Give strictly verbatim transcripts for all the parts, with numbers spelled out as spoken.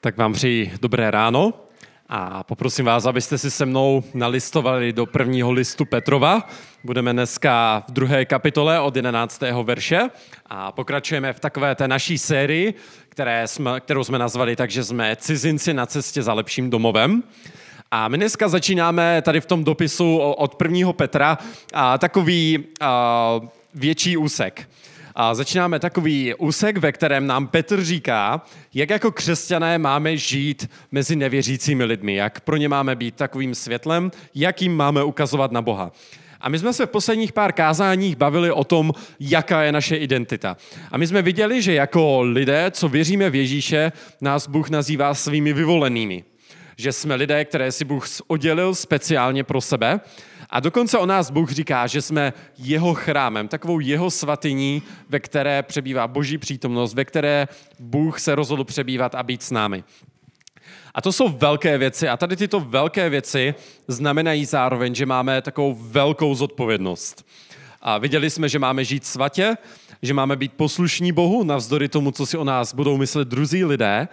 Tak vám přeji dobré ráno a poprosím vás, abyste si se mnou nalistovali do prvního listu Petrova. Budeme dneska v druhé kapitole od jedenáctého verše a pokračujeme v takové té naší sérii, které jsme, kterou jsme nazvali tak, že jsme cizinci na cestě za lepším domovem. A my dneska začínáme tady v tom dopisu od prvního Petra a takový a, větší úsek. A začínáme takový úsek, ve kterém nám Petr říká, jak jako křesťané máme žít mezi nevěřícími lidmi, jak pro ně máme být takovým světlem, jak jim máme ukazovat na Boha. A my jsme se v posledních pár kázáních bavili o tom, jaká je naše identita. A my jsme viděli, že jako lidé, co věříme v Ježíše, nás Bůh nazývá svými vyvolenými. Že jsme lidé, které si Bůh oddělil speciálně pro sebe. A dokonce o nás Bůh říká, že jsme jeho chrámem, takovou jeho svatyní, ve které přebývá Boží přítomnost, ve které Bůh se rozhodl přebývat a být s námi. A to jsou velké věci. A tady tyto velké věci znamenají zároveň, že máme takovou velkou zodpovědnost. A viděli jsme, že máme žít svatě, že máme být poslušní Bohu, navzdory tomu, co si o nás budou myslet druzí lidé.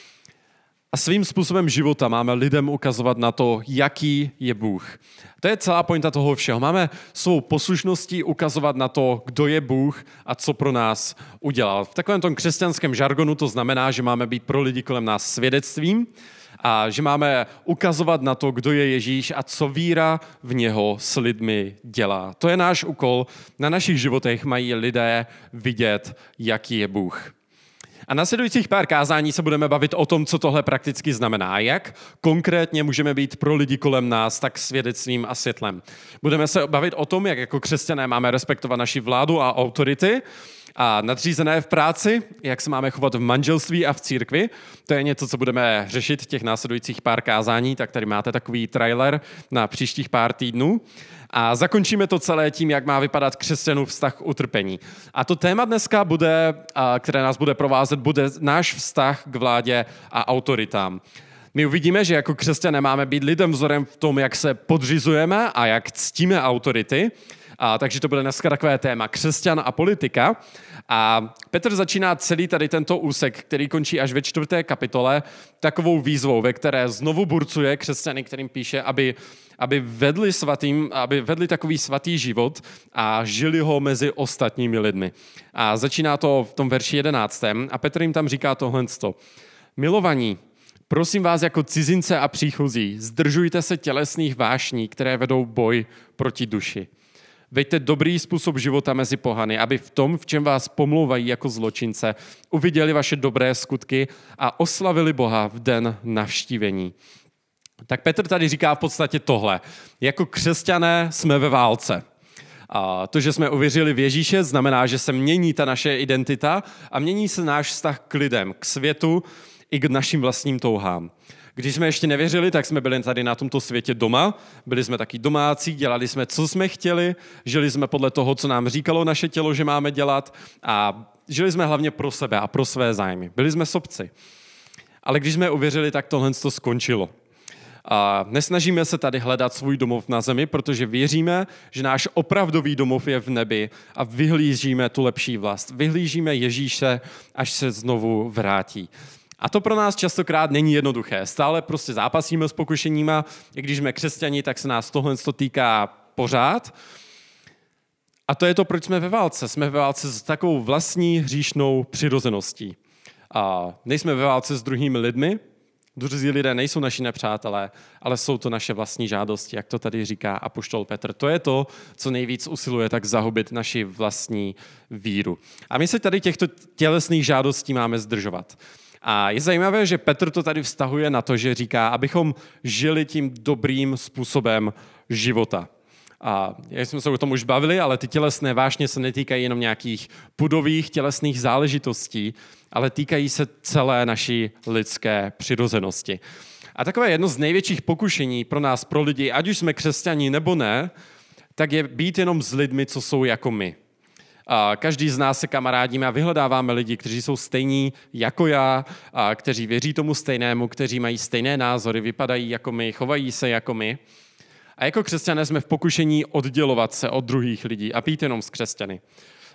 A svým způsobem života máme lidem ukazovat na to, jaký je Bůh. To je celá pointa toho všeho. Máme svou poslušností ukazovat na to, kdo je Bůh a co pro nás udělal. V takovém tom křesťanském žargonu to znamená, že máme být pro lidi kolem nás svědectvím a že máme ukazovat na to, kdo je Ježíš a co víra v něho s lidmi dělá. To je náš úkol. Na našich životech mají lidé vidět, jaký je Bůh. A na následujících pár kázání se budeme bavit o tom, co tohle prakticky znamená, jak konkrétně můžeme být pro lidi kolem nás tak svědectvím a světlem. Budeme se bavit o tom, jak jako křesťané máme respektovat naši vládu a autority a nadřízené v práci, jak se máme chovat v manželství a v církvi. To je něco, co budeme řešit v těch následujících pár kázání, tak tady máte takový trailer na příštích pár týdnů. A zakončíme to celé tím, jak má vypadat křesťanův vztah k utrpení. A to téma dneska bude, které nás bude provázet, bude náš vztah k vládě a autoritám. My uvidíme, že jako křesťané máme být lidem vzorem v tom, jak se podřizujeme a jak ctíme autority. A, takže to bude dneska takové téma křesťan a politika. A Petr začíná celý tady tento úsek, který končí až ve čtvrté kapitole, takovou výzvou, ve které znovu burcuje křesťany, kterým píše, aby, aby vedli svatým, aby vedli takový svatý život a žili ho mezi ostatními lidmi. A začíná to v tom verši jedenáctém a Petr jim tam říká tohle. Milovaní, prosím vás jako cizince a příchozí, zdržujte se tělesných vášní, které vedou boj proti duši. Veďte dobrý způsob života mezi pohany, aby v tom, v čem vás pomlouvají jako zločince, uviděli vaše dobré skutky a oslavili Boha v den navštívení. Tak Petr tady říká v podstatě tohle. Jako křesťané jsme ve válce. A to, že jsme uvěřili v Ježíše, znamená, že se mění ta naše identita a mění se náš vztah k lidem, k světu i k našim vlastním touhám. Když jsme ještě nevěřili, tak jsme byli tady na tomto světě doma, byli jsme taky domácí, dělali jsme, co jsme chtěli, žili jsme podle toho, co nám říkalo naše tělo, že máme dělat a žili jsme hlavně pro sebe a pro své zájmy. Byli jsme sobci. Ale když jsme uvěřili, tak tohle to skončilo. A nesnažíme se tady hledat svůj domov na zemi, protože věříme, že náš opravdový domov je v nebi a vyhlížíme tu lepší vlast. Vyhlížíme Ježíše, až se znovu vrátí. A to pro nás častokrát není jednoduché. Stále prostě zápasíme s pokušeníma, i když jsme křesťani, tak se nás tohle týká pořád. A to je to, proč jsme ve válce. Jsme ve válce s takovou vlastní hříšnou přirozeností. A nejsme ve válce s druhými lidmi, druzí lidé nejsou naši nepřátelé, ale jsou to naše vlastní žádosti, jak to tady říká apoštol Petr. To je to, co nejvíc usiluje tak zahubit naši vlastní víru. A my se tady těchto tělesných žádostí máme zdržovat. A je zajímavé, že Petr to tady vztahuje na to, že říká, abychom žili tím dobrým způsobem života. A jak jsme se o tom už bavili, ale ty tělesné vášně se netýkají jenom nějakých pudových tělesných záležitostí, ale týkají se celé naší lidské přirozenosti. A takové jedno z největších pokušení pro nás, pro lidi, ať už jsme křesťani nebo ne, tak je být jenom s lidmi, co jsou jako my. A každý z nás se kamarádíme a vyhledáváme lidi, kteří jsou stejní jako já, a kteří věří tomu stejnému, kteří mají stejné názory, vypadají jako my, chovají se jako my. A jako křesťané jsme v pokušení oddělovat se od druhých lidí a být jenom s křesťany.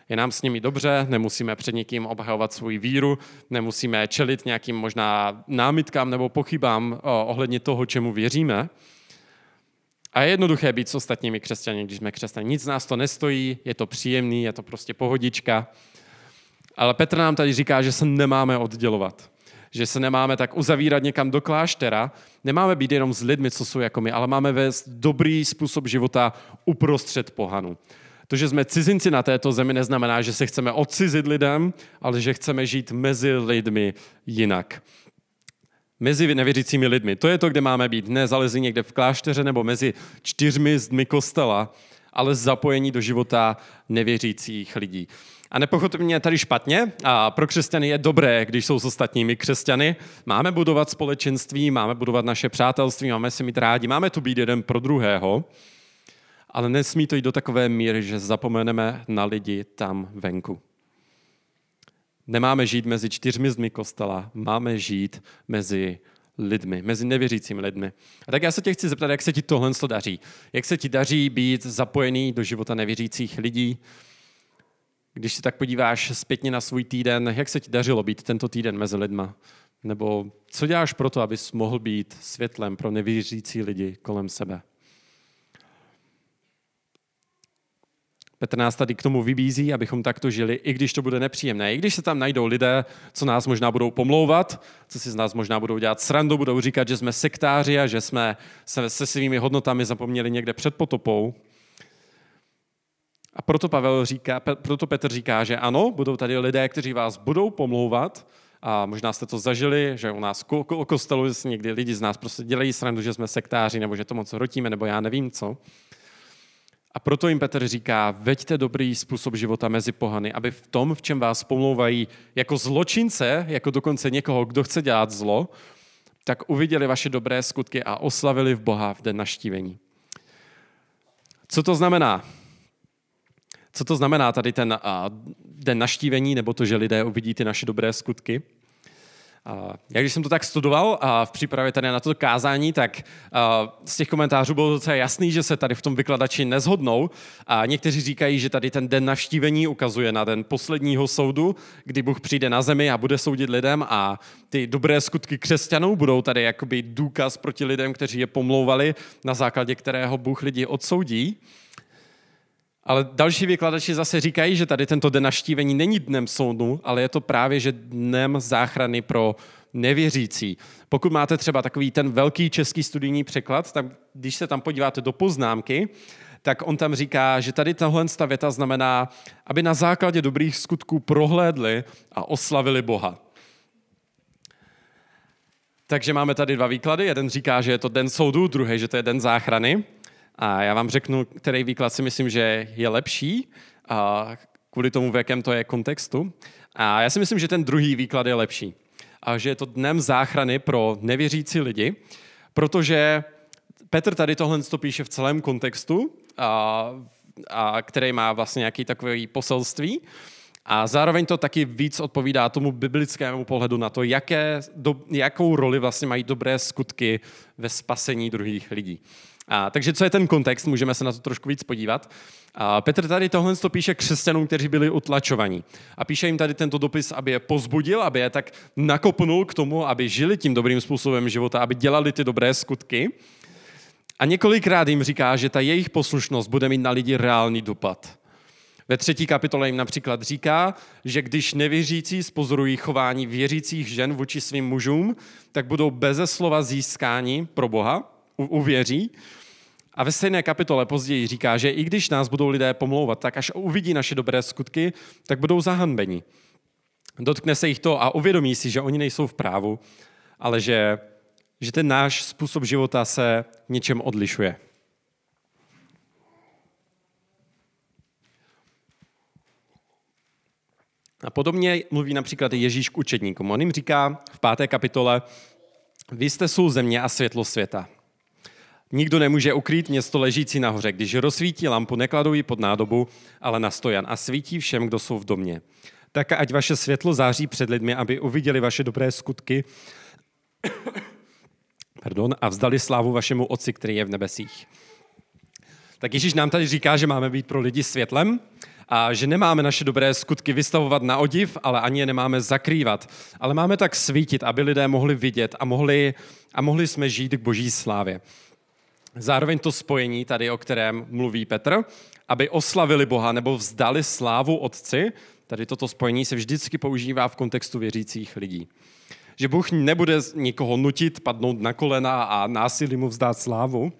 Je nám s nimi dobře, nemusíme před někým obhajovat svou víru, nemusíme čelit nějakým možná námitkám nebo pochybám ohledně toho, čemu věříme. A je jednoduché být s ostatními křesťany, když jsme křesťané. Nic z nás to nestojí, je to příjemný, je to prostě pohodička. Ale Petr nám tady říká, že se nemáme oddělovat. Že se nemáme tak uzavírat někam do kláštera, nemáme být jenom s lidmi, co jsou jako my, ale máme vést dobrý způsob života uprostřed pohanů. To, že jsme cizinci na této zemi, neznamená, že se chceme odcizit lidem, ale že chceme žít mezi lidmi jinak. Mezi nevěřícími lidmi. To je to, kde máme být. Ne zalezli někde v klášteře nebo mezi čtyřmi zdmi kostela, ale zapojení do života nevěřících lidí. A nepochopte mě tady špatně, a pro křesťany je dobré, když jsou s ostatními křesťany. Máme budovat společenství, máme budovat naše přátelství, máme se mít rádi, máme tu být jeden pro druhého, ale nesmí to jít do takové míry, že zapomeneme na lidi tam venku. Nemáme žít mezi čtyřmi zdmi kostela, máme žít mezi lidmi, mezi nevěřícími lidmi. A tak já se tě chci zeptat, jak se ti tohle daří? Jak se ti daří být zapojený do života nevěřících lidí? Když si tak podíváš zpětně na svůj týden, jak se ti dařilo být tento týden mezi lidma? Nebo co děláš pro to, abys mohl být světlem pro nevěřící lidi kolem sebe? Petr nás tady k tomu vybízí, abychom takto žili, i když to bude nepříjemné. I když se tam najdou lidé, co nás možná budou pomlouvat, co si z nás možná budou dělat srandu, budou říkat, že jsme sektáři a že jsme se, se svými hodnotami zapomněli někde před potopou. A proto Pavel říká, proto Petr říká, že ano, budou tady lidé, kteří vás budou pomlouvat, a možná jste to zažili, že u nás o kostelu někdy lidi z nás prostě dělají srandu, že jsme sektáři, nebo že to moc hrotíme, nebo já nevím co. A proto jim Petr říká, veďte dobrý způsob života mezi pohany, aby v tom, v čem vás pomlouvají jako zločince, jako dokonce někoho, kdo chce dělat zlo, tak uviděli vaše dobré skutky a oslavili v Boha v den navštívení. Co to znamená? Co to znamená tady ten uh, den navštívení, nebo to, že lidé uvidí ty naše dobré skutky? Uh, já když jsem to tak studoval a uh, v přípravě tady na to kázání, tak uh, z těch komentářů bylo docela jasný, že se tady v tom vykladači nezhodnou. A někteří říkají, že tady ten den navštívení ukazuje na den posledního soudu, kdy Bůh přijde na zemi a bude soudit lidem a ty dobré skutky křesťanů budou tady jakoby důkaz proti lidem, kteří je pomlouvali, na základě kterého Bůh lidi odsoudí. Ale další vykladači zase říkají, že tady tento den navštívení není dnem soudu, ale je to právě že dnem záchrany pro nevěřící. Pokud máte třeba takový ten velký český studijní překlad, tak když se tam podíváte do poznámky, tak on tam říká, že tady tahle věta znamená, aby na základě dobrých skutků prohlédli a oslavili Boha. Takže máme tady dva výklady. Jeden říká, že je to den soudu, druhý, že to je den záchrany. A já vám řeknu, který výklad si myslím, že je lepší, a kvůli tomu, v jakém to je kontextu. A já si myslím, že ten druhý výklad je lepší. A že je to dnem záchrany pro nevěřící lidi, protože Petr tady tohle píše v celém kontextu, a, a který má vlastně nějaký takový poselství. A zároveň to taky víc odpovídá tomu biblickému pohledu na to, jaké, do, jakou roli vlastně mají dobré skutky ve spasení druhých lidí. A, takže co je ten kontext? Můžeme se na to trošku víc podívat. A Petr tady tohle píše křesťanům, kteří byli utlačovaní. A píše jim tady tento dopis, aby je pozbudil, aby je tak nakopnul k tomu, aby žili tím dobrým způsobem života, aby dělali ty dobré skutky. A několikrát jim říká, že ta jejich poslušnost bude mít na lidi reálný dopad. Ve třetí kapitole jim například říká, že když nevěřící spozorují chování věřících žen vůči svým mužům, tak budou beze slova získáni pro Boha, uvěří. A ve stejné kapitole později říká, že i když nás budou lidé pomlouvat, tak až uvidí naše dobré skutky, tak budou zahanbeni. Dotkne se jich to a uvědomí si, že oni nejsou v právu, ale že, že ten náš způsob života se něčem odlišuje. A podobně mluví například Ježíš k učedníkům. On jim říká v páté kapitole, vy jste sůl země a světlo světa. Nikdo nemůže ukrýt město ležící nahoře. Když rozsvítí lampu, nekladou ji pod nádobu, ale na stojan a svítí všem, kdo jsou v domě. Tak ať vaše světlo září před lidmi, aby uviděli vaše dobré skutky Pardon, a vzdali slávu vašemu Otci, který je v nebesích. Tak Ježíš nám tady říká, že máme být pro lidi světlem A že nemáme naše dobré skutky vystavovat na odiv, ale ani je nemáme zakrývat. Ale máme tak svítit, aby lidé mohli vidět a mohli, a mohli jsme žít k boží slávě. Zároveň to spojení tady, o kterém mluví Petr, aby oslavili Boha nebo vzdali slávu Otci, tady toto spojení se vždycky používá v kontextu věřících lidí. Že Bůh nebude nikoho nutit padnout na kolena a násilí mu vzdát slávu,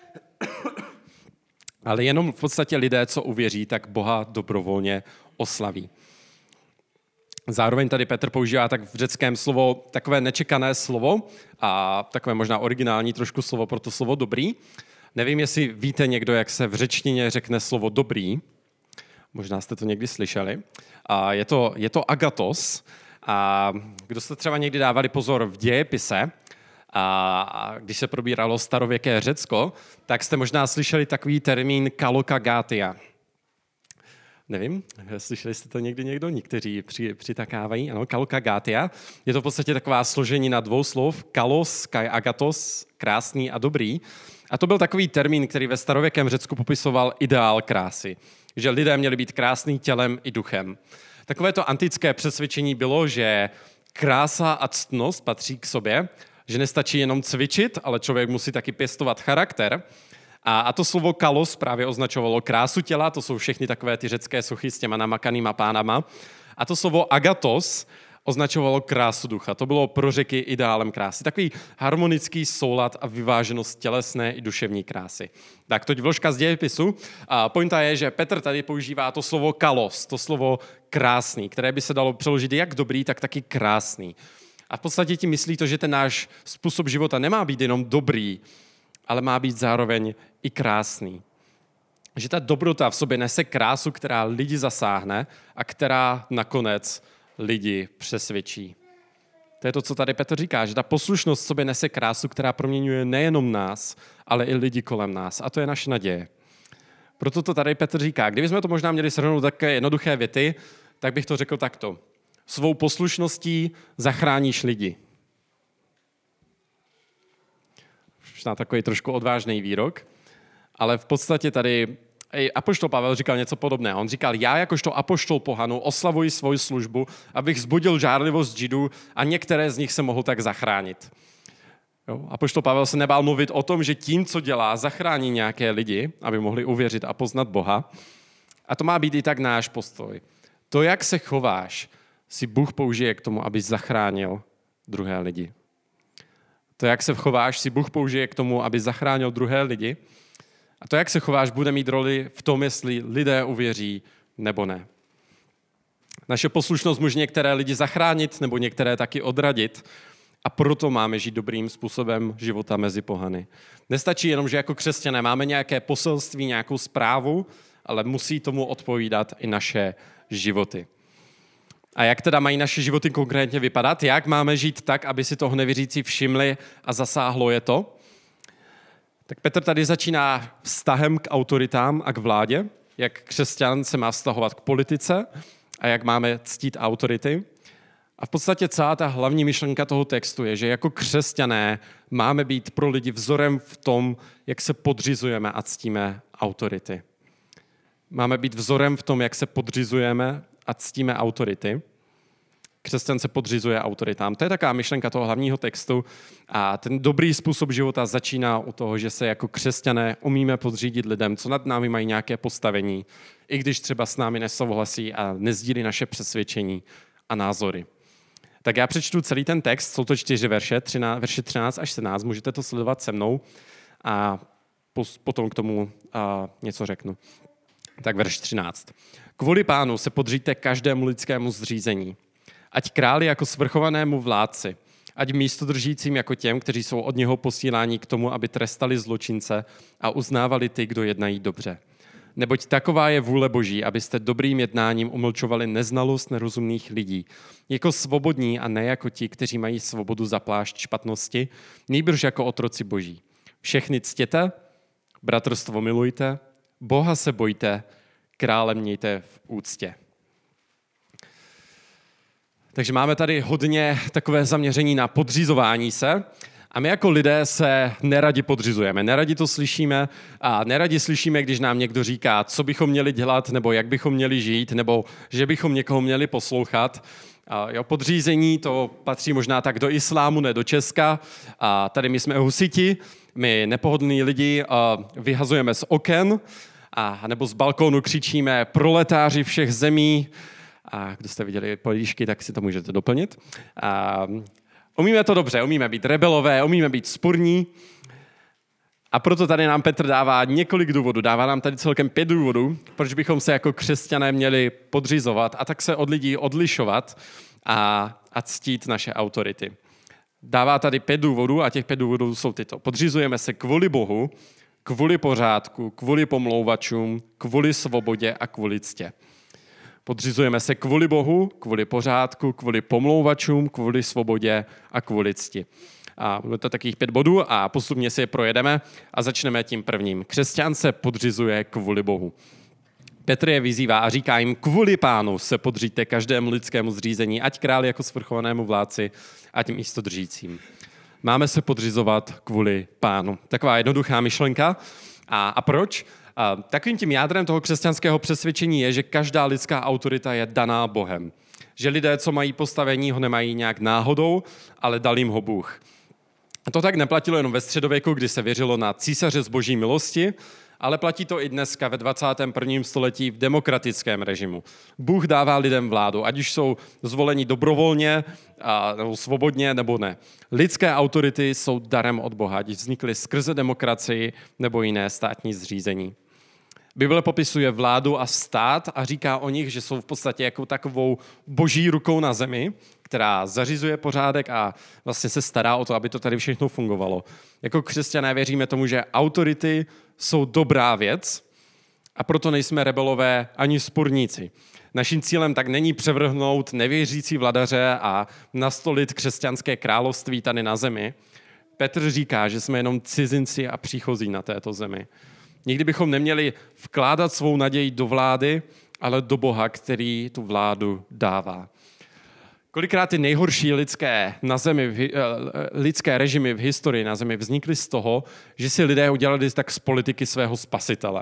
ale jenom v podstatě lidé, co uvěří, tak Boha dobrovolně oslaví. Zároveň tady Petr používá tak v řeckém slovo takové nečekané slovo a takové možná originální trošku slovo pro to slovo dobrý. Nevím, jestli víte někdo, jak se v řečtině řekne slovo dobrý. Možná jste to někdy slyšeli. A je to, je to agatos. A kdo jste třeba někdy dávali pozor v dějepise, a když se probíralo starověké Řecko, tak jste možná slyšeli takový termín kalokagatia. Nevím, slyšeli jste to někdy někdo? Někteří při, přitakávají. Ano, kalokagatia. Je to v podstatě taková složenina dvou slov. Kalos, kai agatos, krásný a dobrý. A to byl takový termín, který ve starověkém Řecku popisoval ideál krásy. Že lidé měli být krásný tělem i duchem. Takovéto antické přesvědčení bylo, že krása a ctnost patří k sobě, že nestačí jenom cvičit, ale člověk musí taky pěstovat charakter. A, a to slovo kalos právě označovalo krásu těla, to jsou všechny takové ty řecké sochy s těma namakanýma pánama. A to slovo agatos označovalo krásu ducha. To bylo pro Řeky ideálem krásy. Takový harmonický soulad a vyváženost tělesné i duševní krásy. Tak toť vložka z dějepisu. A pointa je, že Petr tady používá to slovo kalos, to slovo krásný, které by se dalo přeložit jak dobrý, tak taky krásný. A v podstatě tím myslí to, že ten náš způsob života nemá být jenom dobrý, ale má být zároveň i krásný. Že ta dobrota v sobě nese krásu, která lidi zasáhne a která nakonec lidi přesvědčí. To je to, co tady Petr říká, že ta poslušnost v sobě nese krásu, která proměňuje nejenom nás, ale i lidi kolem nás. A to je naše naděje. Proto to tady Petr říká. Kdybychom to možná měli shrnout také jednoduché věty, tak bych to řekl takto. Svou poslušností zachráníš lidi. Možná takový trošku odvážný výrok, ale v podstatě tady apoštol Pavel říkal něco podobného. On říkal, já jakožto apoštol pohanu oslavuji svoji službu, abych zbudil žárlivost Židů a některé z nich se mohl tak zachránit. Jo? Apoštol Pavel se nebál mluvit o tom, že tím, co dělá, zachrání nějaké lidi, aby mohli uvěřit a poznat Boha. A to má být i tak náš postoj. To, jak se chováš, si Bůh použije k tomu, aby zachránil druhé lidi. To, jak se chováš, si Bůh použije k tomu, aby zachránil druhé lidi. A to, jak se chováš, bude mít roli v tom, jestli lidé uvěří nebo ne. Naše poslušnost může některé lidi zachránit nebo některé taky odradit a proto máme žít dobrým způsobem života mezi pohany. Nestačí jenom, že jako křesťané máme nějaké poselství, nějakou zprávu, ale musí tomu odpovídat i naše životy. A jak teda mají naše životy konkrétně vypadat? Jak máme žít tak, aby si toho nevěřící všimli a zasáhlo je to? Tak Petr tady začíná vztahem k autoritám a k vládě, jak křesťan se má vztahovat k politice a jak máme ctít autority. A v podstatě celá ta hlavní myšlenka toho textu je, že jako křesťané máme být pro lidi vzorem v tom, jak se podřizujeme a ctíme autority. Máme být vzorem v tom, jak se podřizujeme a ctíme autority. Křesťan se podřizuje autoritám. To je taková myšlenka toho hlavního textu a ten dobrý způsob života začíná u toho, že se jako křesťané umíme podřídit lidem, co nad námi mají nějaké postavení, i když třeba s námi nesouhlasí a nezdílí naše přesvědčení a názory. Tak já přečtu celý ten text, jsou to čtyři verše, třináct, verše třináct až sedmnáct, můžete to sledovat se mnou a potom k tomu a, něco řeknu. Tak verš třináct. Kvůli Pánu se podříďte každému lidskému zřízení. Ať králi jako svrchovanému vládci, ať místodržícím jako těm, kteří jsou od něho posíláni k tomu, aby trestali zločince a uznávali ty, kdo jednají dobře. Neboť taková je vůle Boží, abyste dobrým jednáním umlčovali neznalost nerozumných lidí, jako svobodní a ne jako ti, kteří mají svobodu za plášť špatnosti, nýbrž jako otroci Boží. Všechny ctěte, bratrstvo milujte, Boha se bojte, krále mějte v úctě. Takže máme tady hodně takové zaměření na podřizování se A my jako lidé se neradi podřizujeme, neradi to slyšíme a neradi slyšíme, když nám někdo říká, co bychom měli dělat, nebo jak bychom měli žít, nebo že bychom někoho měli poslouchat. A jo, podřízení to patří možná tak do islámu, ne do Česka. A tady my jsme husiti, my nepohodlní lidi vyhazujeme z oken, a nebo z balkónu křičíme proletáři všech zemí. A kdo jste viděli políšky, tak si to můžete doplnit. A umíme to dobře, umíme být rebelové, umíme být sporní. A proto tady nám Petr dává několik důvodů, dává nám tady celkem pět důvodů, proč bychom se jako křesťané měli podřizovat a tak se od lidí odlišovat a, a ctít naše autority. Dává tady pět důvodů a těch pět důvodů jsou tyto. Podřizujeme se kvůli Bohu, kvůli pořádku, kvůli pomlouvačům, kvůli svobodě a kvůli ctě. Podřizujeme se kvůli Bohu, kvůli pořádku, kvůli pomlouvačům, kvůli svobodě a kvůli cti. A bude to takových pět bodů a postupně si je projedeme a začneme tím prvním. Křesťan se podřizuje kvůli Bohu. Petr je vyzývá a říká jim, kvůli Pánu se podříďte každému lidskému zřízení, ať králi jako svrchovanému vládci, ať místodržícím. Máme se podřizovat kvůli Pánu. Taková jednoduchá myšlenka. A, a proč? A takovým tím jádrem toho křesťanského přesvědčení je, že každá lidská autorita je daná Bohem. Že lidé, co mají postavení, ho nemají nějak náhodou, ale dal jim ho Bůh. A to tak neplatilo jenom ve středověku, kdy se věřilo na císaře z boží milosti, ale platí to i dneska ve dvacátém prvním století v demokratickém režimu. Bůh dává lidem vládu, ať už jsou zvoleni dobrovolně, a, nebo svobodně, nebo ne. Lidské autority jsou darem od Boha, ať vznikly skrze demokracii nebo jiné státní zřízení. Bible popisuje vládu a stát a říká o nich, že jsou v podstatě jako takovou boží rukou na zemi, která zařizuje pořádek a vlastně se stará o to, aby to tady všechno fungovalo. Jako křesťané věříme tomu, že autority jsou dobrá věc a proto nejsme rebelové ani sporníci. Naším cílem tak není převrhnout nevěřící vladaře a nastolit křesťanské království tady na zemi. Petr říká, že jsme jenom cizinci a příchozí na této zemi. Nikdy bychom neměli vkládat svou naději do vlády, ale do Boha, který tu vládu dává. Kolikrát ty nejhorší lidské, na zemi, lidské režimy v historii na zemi vznikly z toho, že si lidé udělali tak z politiky svého spasitele.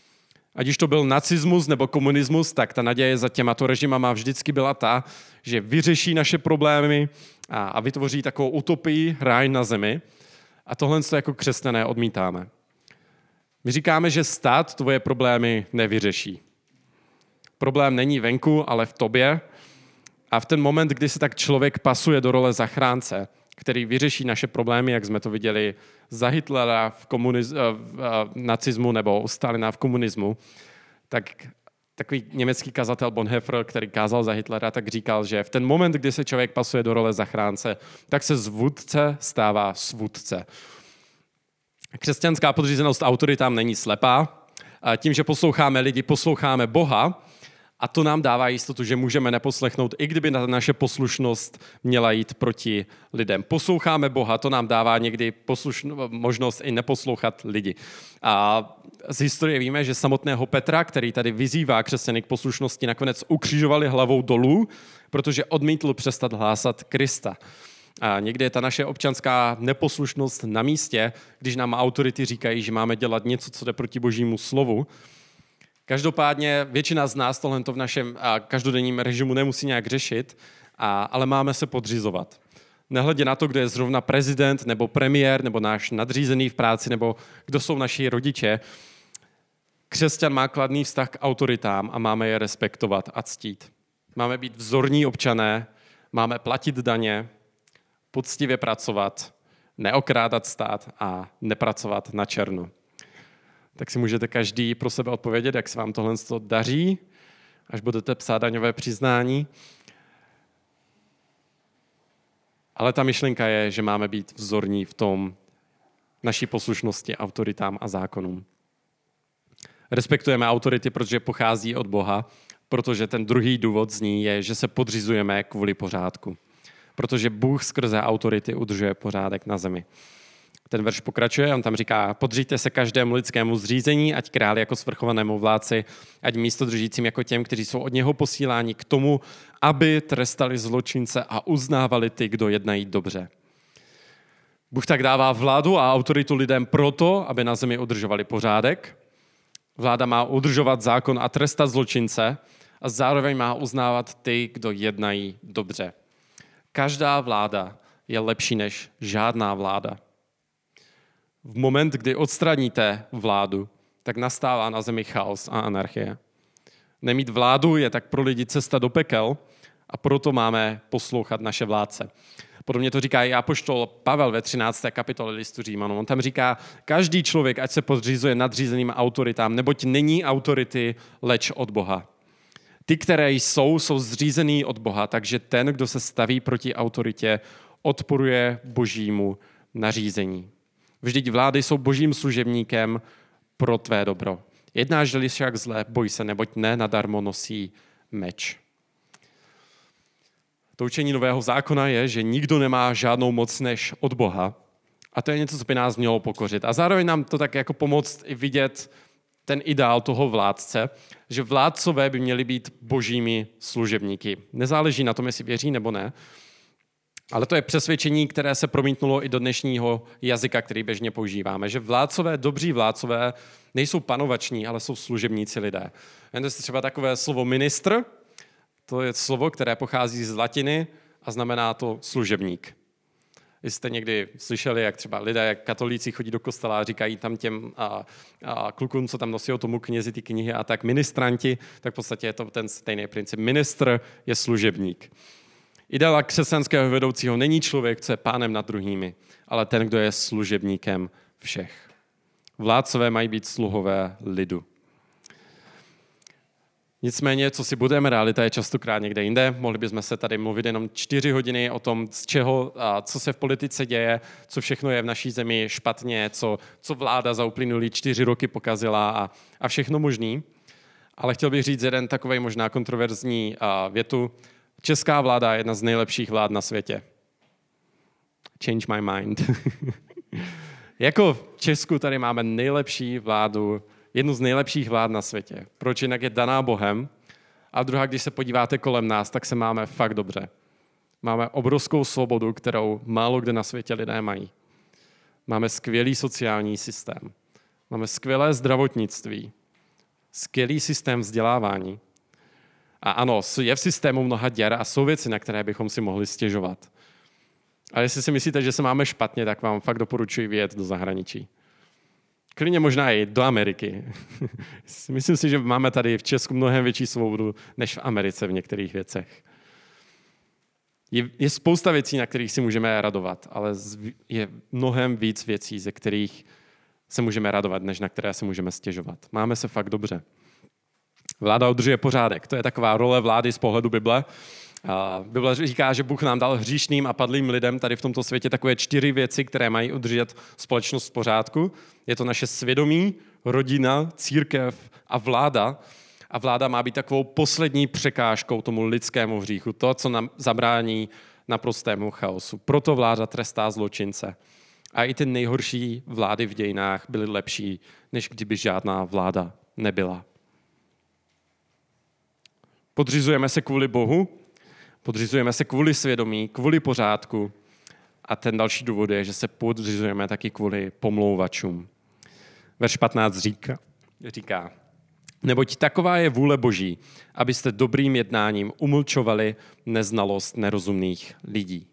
Ať už to byl nacismus nebo komunismus, tak ta naděje za těmato režimama vždycky byla ta, že vyřeší naše problémy a, a vytvoří takovou utopii, ráj na zemi. A tohle to jako křesťané odmítáme. My říkáme, že stát tvoje problémy nevyřeší. Problém není venku, ale v tobě. A v ten moment, kdy se tak člověk pasuje do role zachránce, který vyřeší naše problémy, jak jsme to viděli za Hitlera v, komuniz- v nacismu nebo u Stalina v komunismu, tak takový německý kazatel Bonhoeffer, který kázal za Hitlera, tak říkal, že v ten moment, kdy se člověk pasuje do role zachránce, tak se z vůdce stává svůdce. Křesťanská podřízenost autoritám není slepá. Tím, že posloucháme lidi, posloucháme Boha a to nám dává jistotu, že můžeme neposlechnout, i kdyby naše poslušnost měla jít proti lidem. Posloucháme Boha, to nám dává někdy poslušno, možnost i neposlouchat lidi. A z historie víme, že samotného Petra, který tady vyzývá křesťany k poslušnosti, nakonec ukřižovali hlavou dolů, protože odmítl přestat hlásat Krista. A někdy je ta naše občanská neposlušnost na místě, když nám autority říkají, že máme dělat něco, co jde proti božímu slovu. Každopádně většina z nás tohle v našem každodenním režimu nemusí nějak řešit, a, ale máme se podřizovat. Nehledě na to, kdo je zrovna prezident, nebo premiér, nebo náš nadřízený v práci, nebo kdo jsou naši rodiče, křesťan má kladný vztah k autoritám a máme je respektovat a ctít. Máme být vzorní občané, máme platit daně, poctivě pracovat, neokrádat stát a nepracovat na černo. Tak si můžete každý pro sebe odpovědět, jak se vám tohle daří, až budete psát daňové přiznání. Ale ta myšlenka je, že máme být vzorní v tom naší poslušnosti autoritám a zákonům. Respektujeme autority, protože pochází od Boha, protože ten druhý důvod z ní je, že se podřizujeme kvůli pořádku. Protože Bůh skrze autority udržuje pořádek na zemi. Ten verš pokračuje, on tam říká, podříďte se každému lidskému zřízení, ať králi jako svrchovanému vládci, ať místodržícím jako těm, kteří jsou od něho posíláni k tomu, aby trestali zločince a uznávali ty, kdo jednají dobře. Bůh tak dává vládu a autoritu lidem proto, aby na zemi udržovali pořádek. Vláda má udržovat zákon a trestat zločince a zároveň má uznávat ty, kdo jednají dobře. Každá vláda je lepší než žádná vláda. V moment, kdy odstraníte vládu, tak nastává na zemi chaos a anarchie. Nemít vládu je tak pro lidi cesta do pekel a proto máme poslouchat naše vládce. Podobně to říká i apoštol Pavel ve třinácté kapitole listu Římanům. On tam říká, každý člověk, ať se podřizuje nadřízeným autoritám, neboť není autority, leč od Boha. Ty, které jsou, jsou zřízený od Boha, takže ten, kdo se staví proti autoritě, odporuje božímu nařízení. Vždyť vlády jsou božím služebníkem pro tvé dobro. Jednáš-li však zle, boj se, neboť ne nadarmo nosí meč. To učení Nového zákona je, že nikdo nemá žádnou moc než od Boha. A to je něco, co by nás mělo pokořit. A zároveň nám to tak jako pomoct i vidět ten ideál toho vládce, že vládcové by měli být božími služebníky. Nezáleží na tom, jestli věří nebo ne, ale to je přesvědčení, které se promítnulo i do dnešního jazyka, který běžně používáme, že vládcové, dobří vládcové nejsou panovační, ale jsou služebníci lidé. Jen si třeba takové slovo ministr, to je slovo, které pochází z latiny a znamená to služebník. Vy jste někdy slyšeli, jak třeba lidé, jak katolíci chodí do kostela a říkají tam těm a, a klukům, co tam nosí tomu knězi ty knihy a tak ministranti, tak v podstatě je to ten stejný princip. Ministr je služebník. Ideál křesťanského vedoucího není člověk, co je pánem nad druhými, ale ten, kdo je služebníkem všech. Vládcové mají být sluhové lidu. Nicméně, co si budeme, realita je častokrát někde jinde. Mohli bychom se tady mluvit jenom čtyři hodiny o tom, z čeho a co se v politice děje, co všechno je v naší zemi špatně, co, co vláda za uplynulý čtyři roky pokazila a, a všechno možný. Ale chtěl bych říct jeden takovej možná kontroverzní a, větu. Česká vláda je jedna z nejlepších vlád na světě. Change my mind. Jako v Česku tady máme nejlepší vládu, jednu z nejlepších vlád na světě. Proč? Jinak je daná Bohem. A druhá, když se podíváte kolem nás, tak se máme fakt dobře. Máme obrovskou svobodu, kterou málo kde na světě lidé mají. Máme skvělý sociální systém. Máme skvělé zdravotnictví. Skvělý systém vzdělávání. A ano, je v systému mnoha děr a jsou věci, na které bychom si mohli stěžovat. Ale jestli si myslíte, že se máme špatně, tak vám fakt doporučuji vyjet do zahraničí. Klidně možná i do Ameriky. Myslím si, že máme tady v Česku mnohem větší svobodu než v Americe v některých věcech. Je, je spousta věcí, na kterých si můžeme radovat, ale je mnohem víc věcí, ze kterých se můžeme radovat, než na které se můžeme stěžovat. Máme se fakt dobře. Vláda udržuje pořádek. To je taková role vlády z pohledu Bible. Bible říká, že Bůh nám dal hříšným a padlým lidem tady v tomto světě takové čtyři věci, které mají udržet společnost v pořádku. Je to naše svědomí, rodina, církev a vláda. A vláda má být takovou poslední překážkou tomu lidskému hříchu. To, co nám zabrání naprostému chaosu. Proto vláda trestá zločince. A i ty nejhorší vlády v dějinách byly lepší, než kdyby žádná vláda nebyla. Podřizujeme se kvůli Bohu, podřizujeme se kvůli svědomí, kvůli pořádku a ten další důvod je, že se podřizujeme taky kvůli pomlouvačům. Verš patnáct říká, říká, neboť taková je vůle Boží, abyste dobrým jednáním umlčovali neznalost nerozumných lidí.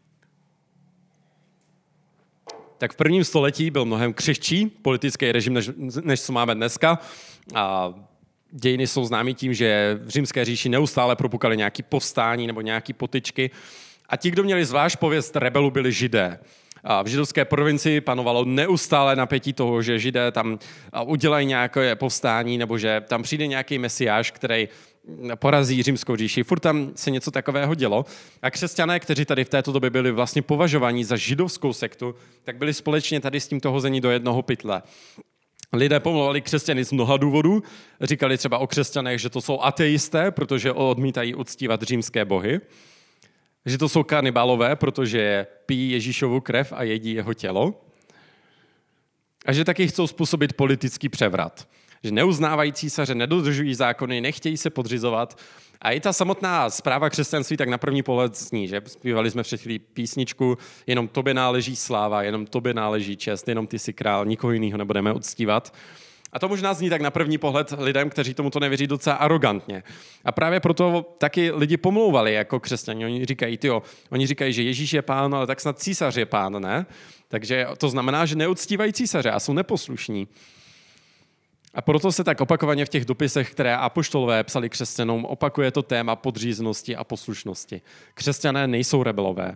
Tak v prvním století byl mnohem křehčí politický režim, než, než co máme dneska. A dějiny jsou známý tím, že v římské říši neustále propukaly nějaké povstání nebo nějaké potyčky. A ti, kdo měli zvlášť pověst rebelů, byli Židé. A v židovské provincii panovalo neustále napětí toho, že Židé tam udělají nějaké povstání nebo že tam přijde nějaký mesiáš, který porazí římskou říši. Furt tam se něco takového dělo. A křesťané, kteří tady v této době byli vlastně považováni za židovskou sektu, tak byli společně tady s tímto hození do jednoho pytle. Lidé pomlouvali křesťany z mnoha důvodů. Říkali třeba o křesťanech, že to jsou ateisté, protože odmítají uctívat římské bohy. Že to jsou kanibalové, protože pijí Ježíšovu krev a jedí jeho tělo. A že taky chcou způsobit politický převrat. že neuznávají císaře, nedodržují zákony, nechtějí se podřizovat. A i ta samotná zpráva křesťanství tak na první pohled zní, že zpívali jsme před chvílí písničku, jenom tobě náleží sláva, jenom tobě náleží čest, jenom ty jsi král, nikoho jiného nebudeme uctívat. A to možná zní tak na první pohled lidem, kteří tomuto nevěří, docela arrogantně. A právě proto taky lidi pomlouvali jako křesťané. Oni říkají, tyjo, oni říkají, že Ježíš je pán, ale tak snad císař je pán, ne? Takže to znamená, že neuctívají císaře a jsou neposlušní. A proto se tak opakovaně v těch dopisech, které apoštolové psali křesťanům, opakuje to téma podříznosti a poslušnosti. Křesťané nejsou rebelové.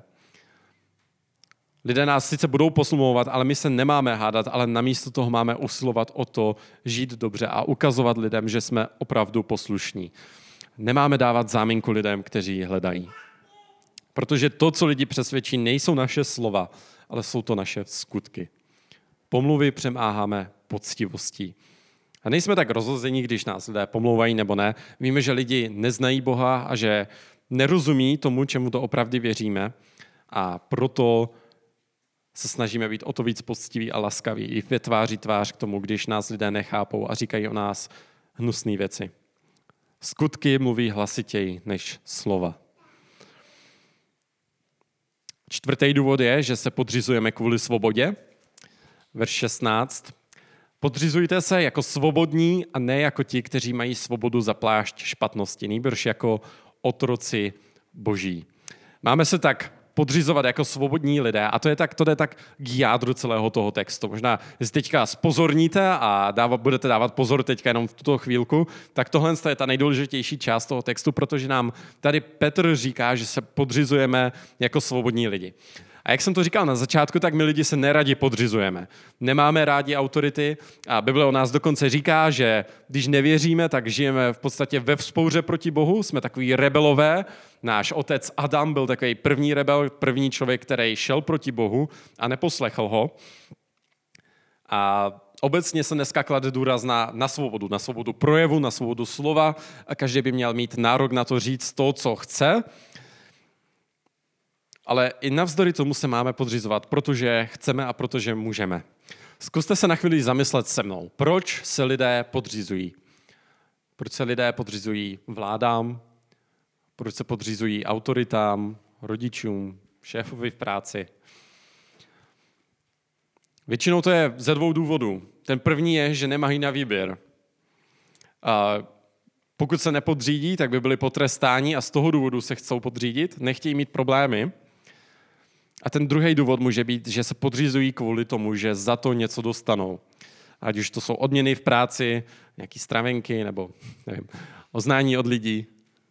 Lidé nás sice budou posluhovat, ale my se nemáme hádat, ale namísto toho máme usilovat o to žít dobře a ukazovat lidem, že jsme opravdu poslušní. Nemáme dávat záminku lidem, kteří hledají. Protože to, co lidi přesvědčí, nejsou naše slova, ale jsou to naše skutky. Pomluvy přemáháme poctivostí. A nejsme tak rozhození, když nás lidé pomlouvají nebo ne. Víme, že lidi neznají Boha a že nerozumí tomu, čemu to opravdu věříme. A proto se snažíme být o to víc poctiví a laskaví i ve tváří tvář k tomu, když nás lidé nechápou a říkají o nás hnusné věci. Skutky mluví hlasitěji než slova. Čtvrtý důvod je, že se podřizujeme kvůli svobodě. Verš šestnáct. Podřizujte se jako svobodní a ne jako ti, kteří mají svobodu za plášť špatnosti, nýbrž jako otroci boží. Máme se tak podřizovat jako svobodní lidé a to je tak, to jde tak k jádru celého toho textu. Možná, jestli teďka spozorníte a dávat, budete dávat pozor teďka jenom v tuto chvílku, tak tohle je ta nejdůležitější část toho textu, protože nám tady Petr říká, že se podřizujeme jako svobodní lidi. A jak jsem to říkal na začátku, tak my lidi se neradi podřizujeme. Nemáme rádi autority a Bible o nás dokonce říká, že když nevěříme, tak žijeme v podstatě ve vzpouře proti Bohu, jsme takový rebelové. Náš otec Adam byl takový první rebel, první člověk, který šel proti Bohu a neposlechl ho. A obecně se dneska klade důraz na, na svobodu, na svobodu projevu, na svobodu slova a každý by měl mít nárok na to říct to, co chce. Ale i navzdory tomu se máme podřizovat, protože chceme a protože můžeme. Zkuste se na chvíli zamyslet se mnou. Proč se lidé podřizují? Proč se lidé podřizují vládám? Proč se podřizují autoritám, rodičům, šéfovi v práci? Většinou to je ze dvou důvodů. Ten první je, že nemají na výběr. A pokud se nepodřídí, tak by byli potrestáni a z toho důvodu se chcou podřídit, nechtějí mít problémy. A ten druhý důvod může být, že se podřizují kvůli tomu, že za to něco dostanou. Ať už to jsou odměny v práci, nějaký stravenky nebo nevím, oznání od lidí.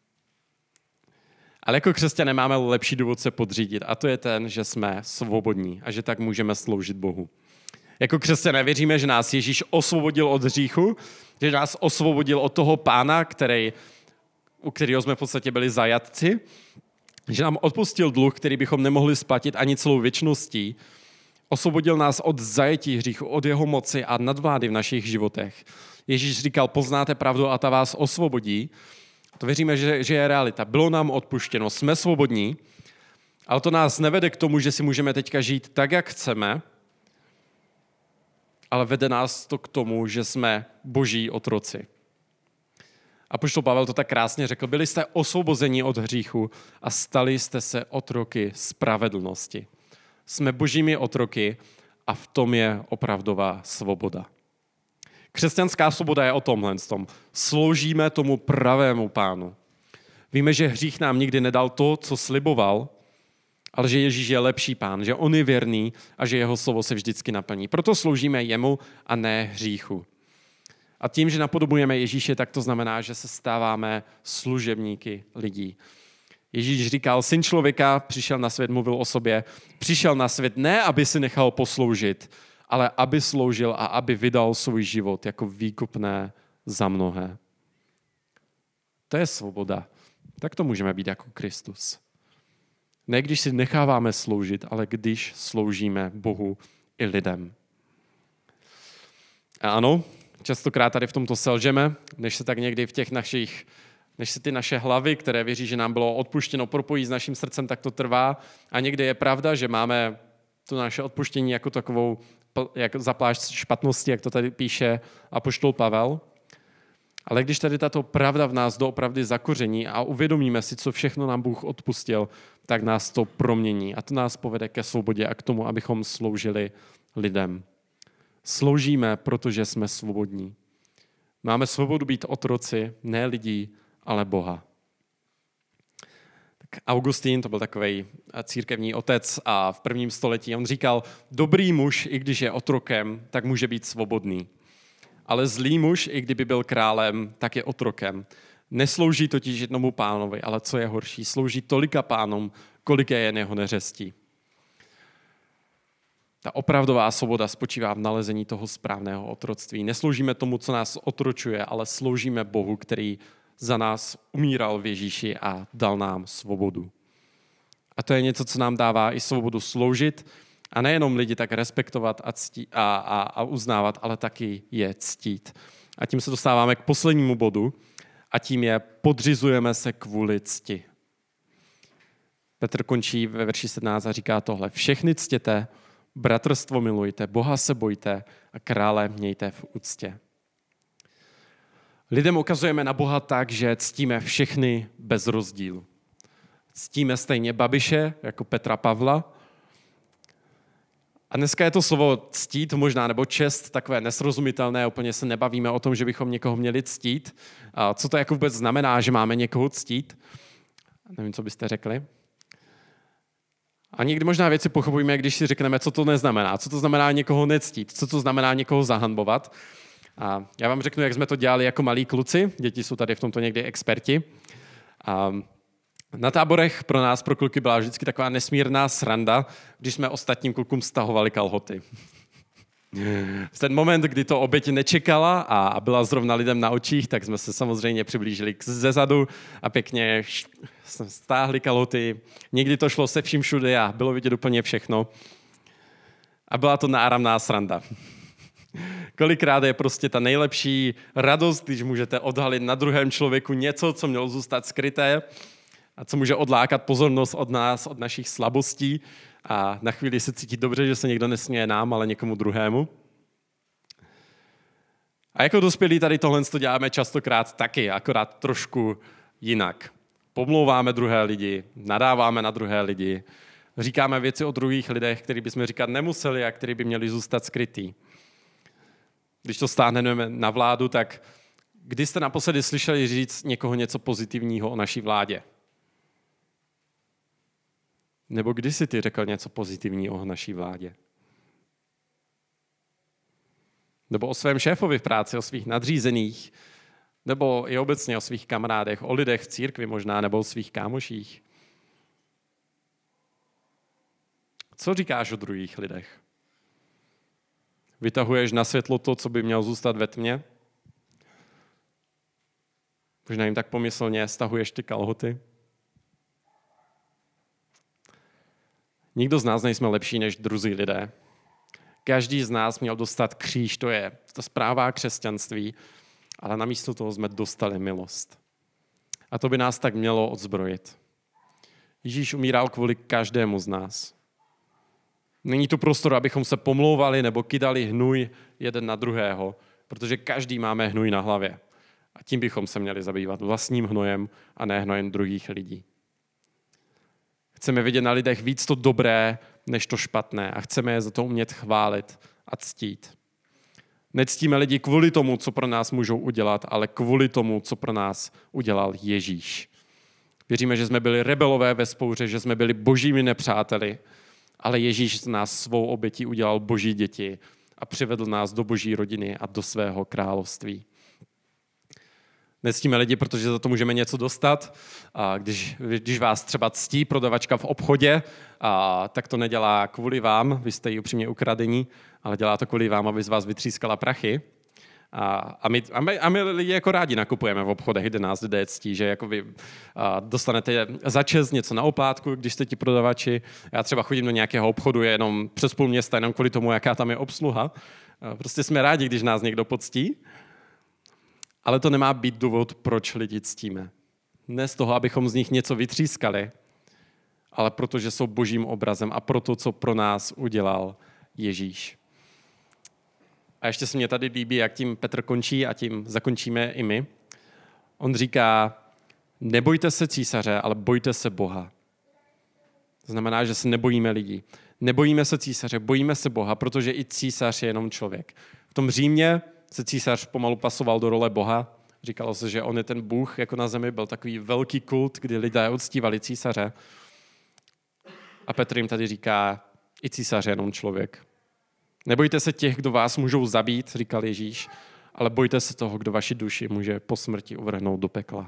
Ale jako křesťané máme lepší důvod se podřídit a to je ten, že jsme svobodní a že tak můžeme sloužit Bohu. Jako křesťané věříme, že nás Ježíš osvobodil od hříchu, že nás osvobodil od toho pána, který, u kterého jsme v podstatě byli zajatci, že nám odpustil dluh, který bychom nemohli splatit ani celou věčností, osvobodil nás od zajetí hříchu, od jeho moci a nadvlády v našich životech. Ježíš říkal, poznáte pravdu a ta vás osvobodí. To věříme, že, že je realita. Bylo nám odpuštěno, jsme svobodní, ale to nás nevede k tomu, že si můžeme teďka žít tak, jak chceme, ale vede nás to k tomu, že jsme boží otroci. Apoštol Pavel to tak krásně řekl, byli jste osvobozeni od hříchu a stali jste se otroky spravedlnosti. Jsme božími otroky a v tom je opravdová svoboda. Křesťanská svoboda je o tomhle. Tom. Sloužíme tomu pravému pánu. Víme, že hřích nám nikdy nedal to, co sliboval, ale že Ježíš je lepší pán, že on je věrný a že jeho slovo se vždycky naplní. Proto sloužíme jemu a ne hříchu. A tím, že napodobujeme Ježíše, tak to znamená, že se stáváme služebníky lidí. Ježíš říkal, syn člověka přišel na svět, mluvil o sobě, přišel na svět ne, aby si nechal posloužit, ale aby sloužil a aby vydal svůj život jako výkupné za mnohé. To je svoboda. Tak to můžeme být jako Kristus. Ne když si necháváme sloužit, ale když sloužíme Bohu i lidem. A ano, častokrát tady v tomto selžeme, než se tak někdy v těch našich, než se ty naše hlavy, které věří, že nám bylo odpuštěno, propojí s naším srdcem, tak to trvá. A někdy je pravda, že máme to naše odpuštění jako takovou jak za plášť špatnosti, jak to tady píše apoštol Pavel. Ale když tady tato pravda v nás doopravdy zakoření a uvědomíme si, co všechno nám Bůh odpustil, tak nás to promění a to nás povede ke svobodě a k tomu, abychom sloužili lidem. Sloužíme, protože jsme svobodní. Máme svobodu být otroci, ne lidí, ale Boha. Tak Augustín, to byl takový církevní otec a v prvním století on říkal, dobrý muž, i když je otrokem, tak může být svobodný. Ale zlý muž, i kdyby byl králem, tak je otrokem. Neslouží totiž jednomu pánovi, ale co je horší, slouží tolika pánům, kolik je jen jeho neřestí. Ta opravdová svoboda spočívá v nalezení toho správného otroctví. Nesloužíme tomu, co nás otročuje, ale sloužíme Bohu, který za nás umíral v Ježíši a dal nám svobodu. A to je něco, co nám dává i svobodu sloužit a nejenom lidi tak respektovat a, ctí, a, a, a uznávat, ale taky je ctít. A tím se dostáváme k poslednímu bodu a tím je podřizujeme se kvůli cti. Petr končí ve verši sedmnáct a říká tohle. Všechny ctěte, bratrstvo milujte, Boha se bojte a krále mějte v úctě. Lidem ukazujeme na Boha tak, že ctíme všechny bez rozdílu. Ctíme stejně Babiše jako Petra Pavla. A dneska je to slovo ctít možná, nebo čest, takové nesrozumitelné, úplně se nebavíme o tom, že bychom někoho měli ctít. A co to jako vůbec znamená, že máme někoho ctít? Nevím, co byste řekli. A někdy možná věci pochopíme, když si řekneme, co to neznamená. Co to znamená někoho nectít, co to znamená někoho zahanbovat. A já vám řeknu, jak jsme to dělali jako malí kluci. Děti jsou tady v tomto někdy experti. A na táborech pro nás, pro kluky, byla vždycky taková nesmírná sranda, když jsme ostatním klukům stahovali kalhoty. V ten moment, kdy to oběť nečekala a byla zrovna lidem na očích, tak jsme se samozřejmě přiblížili ze zadu a pěkně stáhli kalhoty. Někdy to šlo se vším všude a bylo vidět úplně všechno. A byla to náramná sranda. Kolikrát je prostě ta nejlepší radost, když můžete odhalit na druhém člověku něco, co mělo zůstat skryté a co může odlákat pozornost od nás, od našich slabostí a na chvíli se cítit dobře, že se někdo nesměje nám, ale někomu druhému. A jako dospělí tady tohle to děláme častokrát taky, akorát trošku jinak. Pomlouváme druhé lidi, nadáváme na druhé lidi, říkáme věci o druhých lidech, které bychom říkat nemuseli a které by měly zůstat skrytý. Když to stáhneme na vládu, tak kdy jste naposledy slyšeli říct někoho něco pozitivního o naší vládě? Nebo kdy jsi ty řekl něco pozitivního o naší vládě? Nebo o svém šéfovi v práci, o svých nadřízených, nebo i obecně o svých kamarádech, o lidech v církvi možná, nebo o svých kámoších. Co říkáš o druhých lidech? Vytahuješ na světlo to, co by mělo zůstat ve tmě? Možná jim tak pomyslně stahuješ ty kalhoty? Nikdo z nás nejsme lepší než druzí lidé. Každý z nás měl dostat kříž, to je ta zpráva křesťanství, ale namísto toho jsme dostali milost. A to by nás tak mělo odzbrojit. Ježíš umíral kvůli každému z nás. Není tu prostor, abychom se pomlouvali nebo kydali hnůj jeden na druhého, protože každý máme hnůj na hlavě. A tím bychom se měli zabývat vlastním hnojem a ne hnojem druhých lidí. Chceme vidět na lidech víc to dobré, než to špatné a chceme je za to umět chválit a ctít. Nectíme lidi kvůli tomu, co pro nás můžou udělat, ale kvůli tomu, co pro nás udělal Ježíš. Věříme, že jsme byli rebelové ve spouře, že jsme byli božími nepřáteli, ale Ježíš z nás svou obětí udělal boží děti a přivedl nás do boží rodiny a do svého království. Nectíme lidi, protože za to můžeme něco dostat. A když, když vás třeba ctí prodavačka v obchodě, a, tak to nedělá kvůli vám, vy jste jí upřímně ukradení, ale dělá to kvůli vám, aby z vás vytřískala prachy. A, a, my, a, my, a my lidi jako rádi nakupujeme v obchodech, kde nás lidé ctí, že jako vy a, dostanete za čest něco na oplátku, když jste ti prodavači. Já třeba chodím do nějakého obchodu jenom přes půl města, jenom kvůli tomu, jaká tam je obsluha. A prostě jsme rádi, když nás někdo poctí. Ale to nemá být důvod, proč lidi ctíme. Ne z toho, abychom z nich něco vytřískali, ale protože jsou božím obrazem a proto, co pro nás udělal Ježíš. A ještě se mě tady líbí, jak tím Petr končí a tím zakončíme i my. On říká, nebojte se císaře, ale bojte se Boha. To znamená, že se nebojíme lidí. Nebojíme se císaře, bojíme se Boha, protože i císař je jenom člověk. V tom Římě se císař pomalu pasoval do role Boha. Říkalo se, že on je ten Bůh, jako na zemi, byl takový velký kult, kdy lidé uctívali císaře. A Petr jim tady říká, i císař je jenom člověk. Nebojte se těch, kdo vás můžou zabít, říkal Ježíš, ale bojte se toho, kdo vaši duši může po smrti uvrhnout do pekla.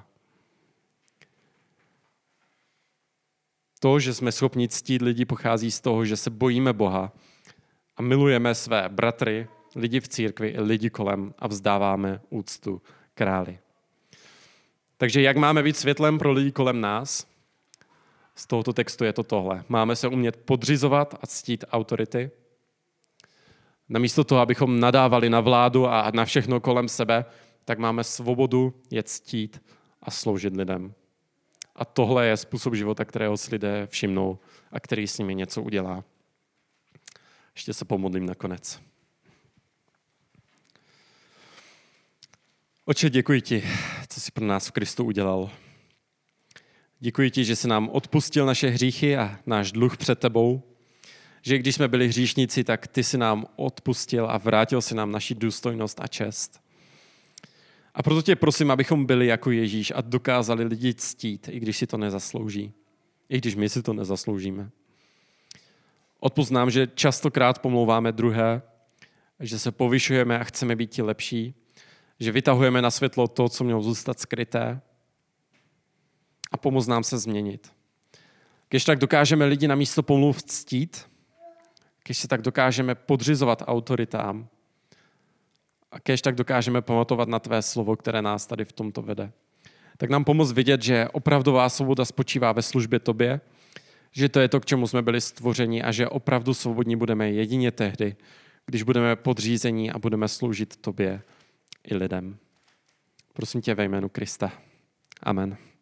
To, že jsme schopni ctít lidi, pochází z toho, že se bojíme Boha a milujeme své bratry, lidi v církvi i lidi kolem a vzdáváme úctu králi. Takže jak máme být světlem pro lidi kolem nás? Z tohoto textu je to tohle. Máme se umět podřizovat a ctít autority. Namísto toho, abychom nadávali na vládu a na všechno kolem sebe, tak máme svobodu je ctít a sloužit lidem. A tohle je způsob života, kterého si lidé všimnou a který s nimi něco udělá. Ještě se pomodlím nakonec. Otče, děkuji ti, co jsi pro nás v Kristu udělal. Děkuji ti, že jsi nám odpustil naše hříchy a náš dluh před tebou. Že když jsme byli hříšníci, tak ty jsi nám odpustil a vrátil si nám naši důstojnost a čest. A proto tě prosím, abychom byli jako Ježíš a dokázali lidi ctít, i když si to nezaslouží. I když my si to nezasloužíme. Odpusť nám, že častokrát pomlouváme druhé, že se povyšujeme a chceme být ti lepší, že vytahujeme na světlo to, co mělo zůstat skryté, a pomoz nám se změnit. Když tak dokážeme lidi na místo pomluv ctít, když se tak dokážeme podřizovat autoritám, a když tak dokážeme pamatovat na tvé slovo, které nás tady v tomto vede. Tak nám pomoz vidět, že opravdová svoboda spočívá ve službě tobě, že to je to, k čemu jsme byli stvořeni a že opravdu svobodní budeme jedině tehdy, když budeme podřízení a budeme sloužit tobě i lidem. Prosím tě ve jménu Krista. Amen.